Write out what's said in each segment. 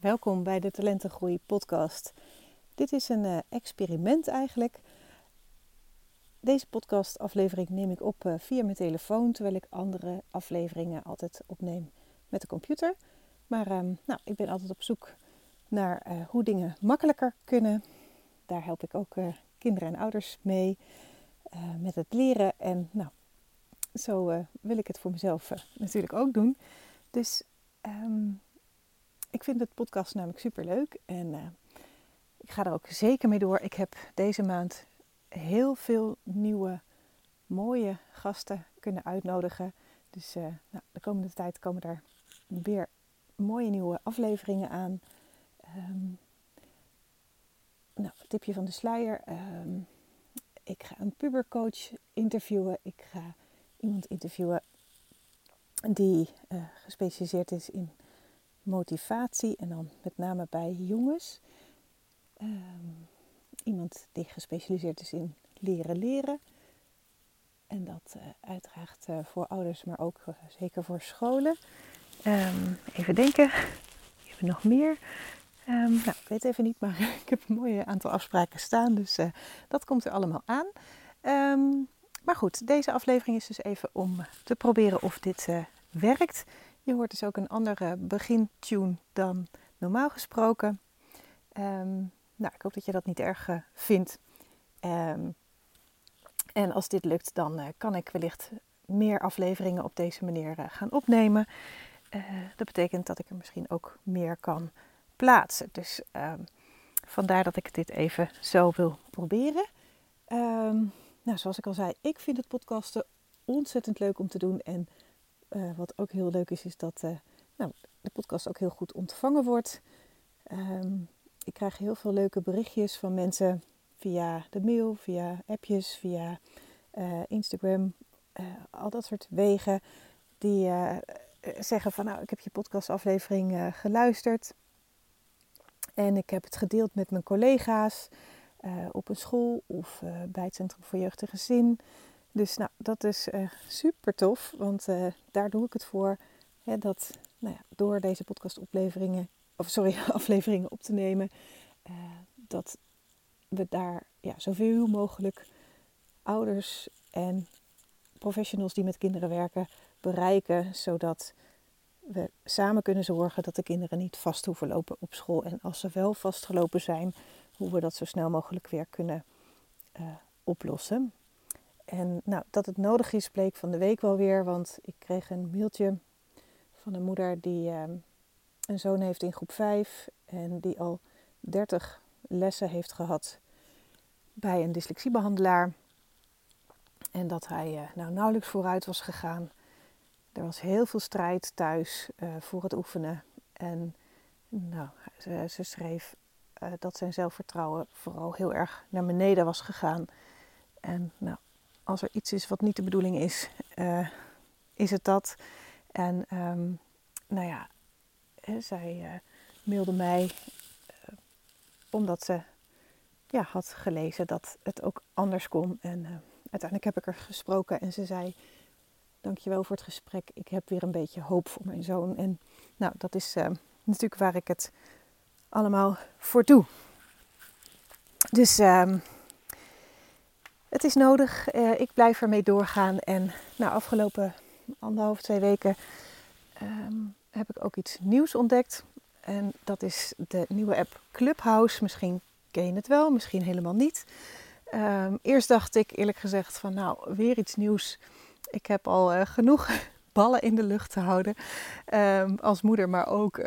Welkom bij de Talentengroei podcast. Dit is een experiment eigenlijk. Deze podcastaflevering neem ik op via mijn telefoon, terwijl ik andere afleveringen altijd opneem met de computer. Maar ik ben altijd op zoek naar hoe dingen makkelijker kunnen. Daar help ik ook kinderen en ouders mee met het leren. En zo wil ik het voor mezelf natuurlijk ook doen. Dus ik vind het podcast namelijk superleuk en ik ga er ook zeker mee door. Ik heb deze maand heel veel nieuwe, mooie gasten kunnen uitnodigen. Dus de komende tijd komen er weer mooie nieuwe afleveringen aan. Tipje van de sluier. Ik ga een pubercoach interviewen. Ik ga iemand interviewen die gespecialiseerd is in motivatie en dan met name bij jongens. Iemand die gespecialiseerd is in leren. En dat uiteraard voor ouders, maar ook zeker voor scholen. Even denken, ik heb nog meer. Ik weet even niet, maar ik heb een mooi aantal afspraken staan. Dus dat komt er allemaal aan. Maar goed, deze aflevering is dus even om te proberen of dit werkt. Je hoort dus ook een andere begintune dan normaal gesproken. Ik hoop dat je dat niet erg vindt. En als dit lukt, dan kan ik wellicht meer afleveringen op deze manier gaan opnemen. Dat betekent dat ik er misschien ook meer kan plaatsen. Dus vandaar dat ik dit even zo wil proberen. Zoals ik al zei, ik vind het podcasten ontzettend leuk om te doen. En wat ook heel leuk is dat de podcast ook heel goed ontvangen wordt. Ik krijg heel veel leuke berichtjes van mensen via de mail, via appjes, via Instagram, al dat soort wegen. Die zeggen van ik heb je podcastaflevering geluisterd. En ik heb het gedeeld met mijn collega's op een school of bij het Centrum voor Jeugd en Gezin. Dus dat is super tof, want daar doe ik het voor. Dat door deze afleveringen op te nemen, dat we daar zoveel mogelijk ouders en professionals die met kinderen werken bereiken, zodat we samen kunnen zorgen dat de kinderen niet vast hoeven lopen op school. En als ze wel vastgelopen zijn, hoe we dat zo snel mogelijk weer kunnen oplossen. En dat het nodig is, bleek van de week wel weer. Want ik kreeg een mailtje van een moeder die een zoon heeft in groep 5. En die al 30 lessen heeft gehad bij een dyslexiebehandelaar. En dat hij nauwelijks vooruit was gegaan. Er was heel veel strijd thuis voor het oefenen. En ze schreef dat zijn zelfvertrouwen vooral heel erg naar beneden was gegaan. En als er iets is wat niet de bedoeling is, is het dat. En zij mailde mij omdat ze had gelezen dat het ook anders kon. En uiteindelijk heb ik er gesproken en ze zei: dankjewel voor het gesprek. Ik heb weer een beetje hoop voor mijn zoon. En dat is natuurlijk waar ik het allemaal voor doe. Dus het is nodig. Ik blijf ermee doorgaan. En afgelopen 1,5-2 weken heb ik ook iets nieuws ontdekt. En dat is de nieuwe app Clubhouse. Misschien ken je het wel, misschien helemaal niet. Eerst dacht ik eerlijk gezegd van weer iets nieuws. Ik heb al genoeg ballen in de lucht te houden. Als moeder, maar ook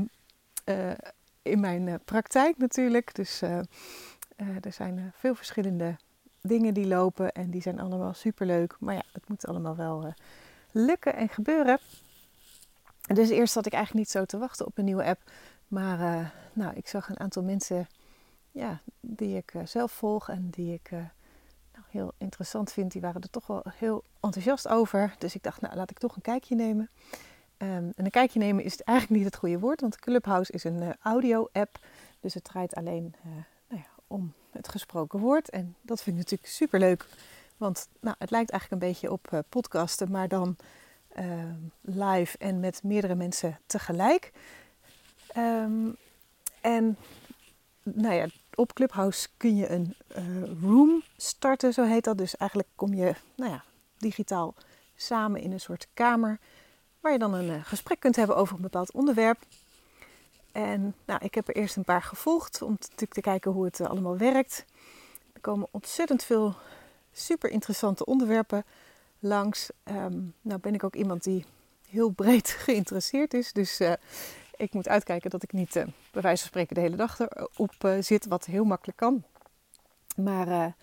in mijn praktijk natuurlijk. Dus er zijn veel verschillende dingen die lopen en die zijn allemaal superleuk. Maar het moet allemaal wel lukken en gebeuren. Dus eerst zat ik eigenlijk niet zo te wachten op een nieuwe app. Maar ik zag een aantal mensen die ik zelf volg en die ik heel interessant vind. Die waren er toch wel heel enthousiast over. Dus ik dacht, laat ik toch een kijkje nemen. En een kijkje nemen is eigenlijk niet het goede woord. Want Clubhouse is een audio-app. Dus het draait alleen om het gesproken woord. En dat vind ik natuurlijk superleuk. Want het lijkt eigenlijk een beetje op podcasten. Maar dan live en met meerdere mensen tegelijk. En nou ja, op Clubhouse kun je een room starten, zo heet dat. Dus eigenlijk kom je digitaal samen in een soort kamer waar je dan een gesprek kunt hebben over een bepaald onderwerp. En ik heb er eerst een paar gevolgd om natuurlijk te kijken hoe het allemaal werkt. Er komen ontzettend veel super interessante onderwerpen langs. Nou ben ik ook iemand die heel breed geïnteresseerd is. Dus ik moet uitkijken dat ik niet bij wijze van spreken de hele dag erop zit. Wat heel makkelijk kan. Maar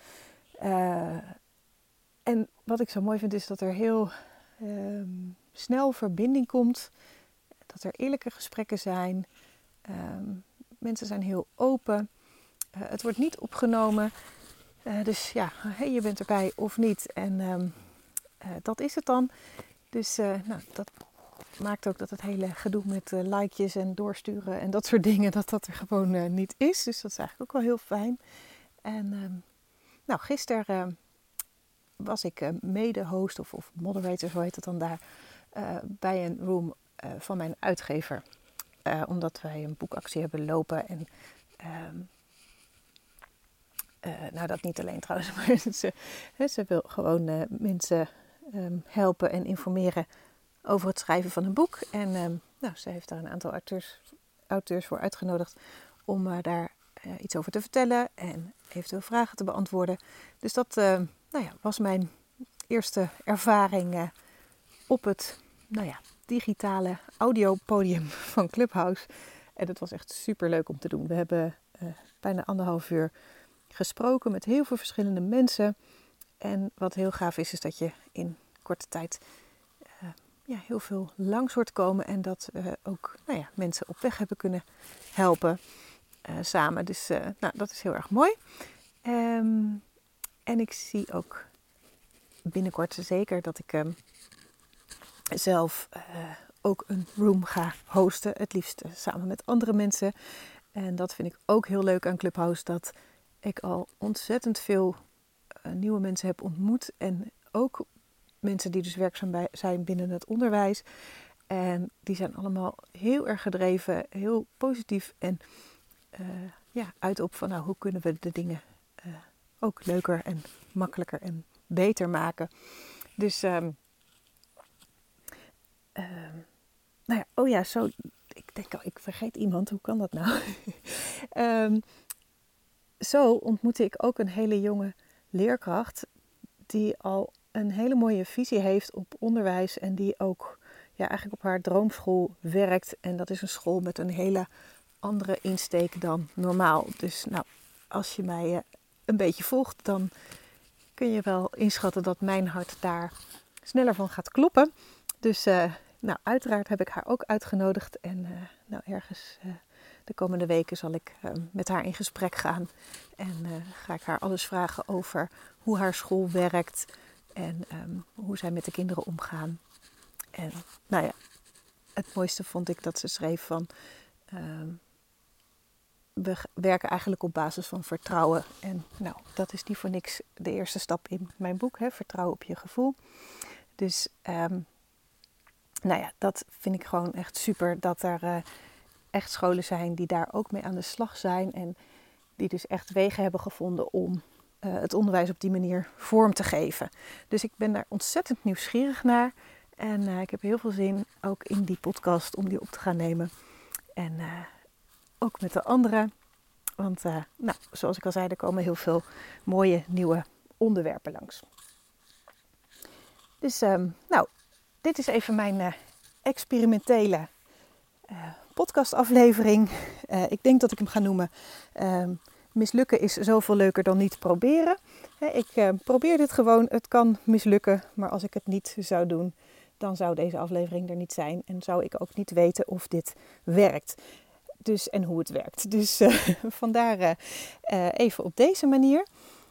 en wat ik zo mooi vind is dat er heel snel verbinding komt. Dat er eerlijke gesprekken zijn. Mensen zijn heel open. Het wordt niet opgenomen. Dus ja, je bent erbij of niet. En dat is het dan. Dus dat maakt ook dat het hele gedoe met likejes en doorsturen en dat soort dingen, dat er gewoon niet is. Dus dat is eigenlijk ook wel heel fijn. En gisteren was ik mede-host of moderator, zo heet het dan daar, bij een room van mijn uitgever. Omdat wij een boekactie hebben lopen en dat niet alleen trouwens, maar ze wil gewoon mensen helpen en informeren over het schrijven van een boek. En ze heeft daar een aantal auteurs voor uitgenodigd om daar iets over te vertellen en eventueel vragen te beantwoorden. Dus dat was mijn eerste ervaring op het digitale audiopodium van Clubhouse. En dat was echt super leuk om te doen. We hebben bijna 1,5 uur gesproken met heel veel verschillende mensen. En wat heel gaaf is dat je in korte tijd heel veel langs hoort komen. En dat we ook mensen op weg hebben kunnen helpen samen. Dus dat is heel erg mooi. En ik zie ook binnenkort zeker dat ik zelf ook een room ga hosten. Het liefst samen met andere mensen. En dat vind ik ook heel leuk aan Clubhouse. Dat ik al ontzettend veel nieuwe mensen heb ontmoet. En ook mensen die dus werkzaam zijn binnen het onderwijs. En die zijn allemaal heel erg gedreven, heel positief. En uit op van hoe kunnen we de dingen ook leuker en makkelijker en beter maken. Dus ik denk al, ik vergeet iemand, hoe kan dat nou? Zo ontmoette ik ook een hele jonge leerkracht die al een hele mooie visie heeft op onderwijs en die ook eigenlijk op haar droomschool werkt. En dat is een school met een hele andere insteek dan normaal. Dus als je mij een beetje volgt, dan kun je wel inschatten dat mijn hart daar sneller van gaat kloppen. Dus uiteraard heb ik haar ook uitgenodigd. En ergens de komende weken zal ik met haar in gesprek gaan. En ga ik haar alles vragen over hoe haar school werkt. En hoe zij met de kinderen omgaan. En het mooiste vond ik dat ze schreef van we werken eigenlijk op basis van vertrouwen. En dat is niet voor niks de eerste stap in mijn boek. Vertrouwen op je gevoel. Dus dat vind ik gewoon echt super. Dat er echt scholen zijn die daar ook mee aan de slag zijn. En die dus echt wegen hebben gevonden om het onderwijs op die manier vorm te geven. Dus ik ben daar ontzettend nieuwsgierig naar. En ik heb heel veel zin ook in die podcast om die op te gaan nemen. En ook met de anderen. Want zoals ik al zei, er komen heel veel mooie nieuwe onderwerpen langs. Dus dit is even mijn experimentele podcastaflevering. Ik denk dat ik hem ga noemen mislukken is zoveel leuker dan niet proberen. Ik probeer dit gewoon, het kan mislukken. Maar als ik het niet zou doen, dan zou deze aflevering er niet zijn. En zou ik ook niet weten of dit werkt. Dus, en hoe het werkt. Dus vandaar even op deze manier.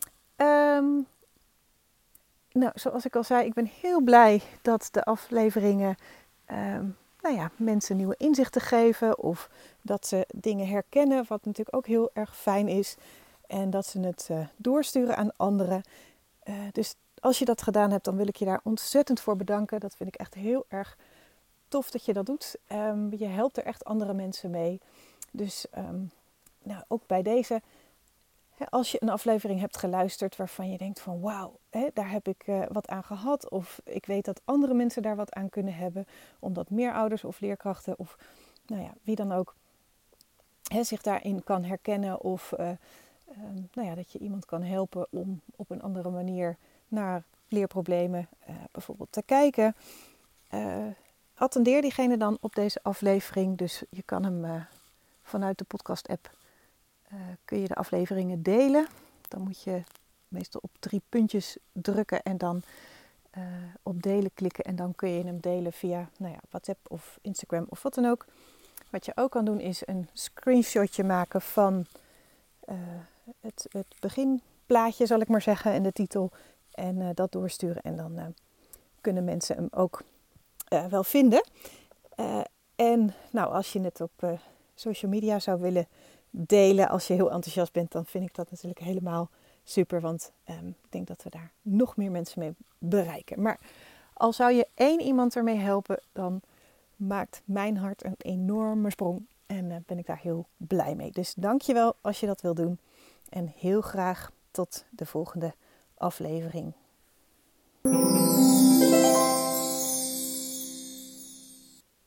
Zoals ik al zei, ik ben heel blij dat de afleveringen mensen nieuwe inzichten geven. Of dat ze dingen herkennen, wat natuurlijk ook heel erg fijn is. En dat ze het doorsturen aan anderen. Dus als je dat gedaan hebt, dan wil ik je daar ontzettend voor bedanken. Dat vind ik echt heel erg tof dat je dat doet. Je helpt er echt andere mensen mee. Dus nou, ook bij deze, als je een aflevering hebt geluisterd waarvan je denkt van wauw, daar heb ik wat aan gehad. Of ik weet dat andere mensen daar wat aan kunnen hebben. Omdat meer ouders of leerkrachten of nou ja, wie dan ook zich daarin kan herkennen. Of dat je iemand kan helpen om op een andere manier naar leerproblemen bijvoorbeeld te kijken. Attendeer diegene dan op deze aflevering. Dus je kan hem vanuit de podcast app kun je de afleveringen delen. Dan moet je meestal op 3 puntjes drukken en dan op delen klikken. En dan kun je hem delen via WhatsApp of Instagram of wat dan ook. Wat je ook kan doen is een screenshotje maken van het beginplaatje, zal ik maar zeggen, en de titel. En dat doorsturen en dan kunnen mensen hem ook wel vinden. En nou, als je het op social media zou willen delen, als je heel enthousiast bent, dan vind ik dat natuurlijk helemaal super. Want ik denk dat we daar nog meer mensen mee bereiken. Maar al zou je 1 iemand ermee helpen, dan maakt mijn hart een enorme sprong. En ben ik daar heel blij mee. Dus dankjewel als je dat wil doen. En heel graag tot de volgende aflevering.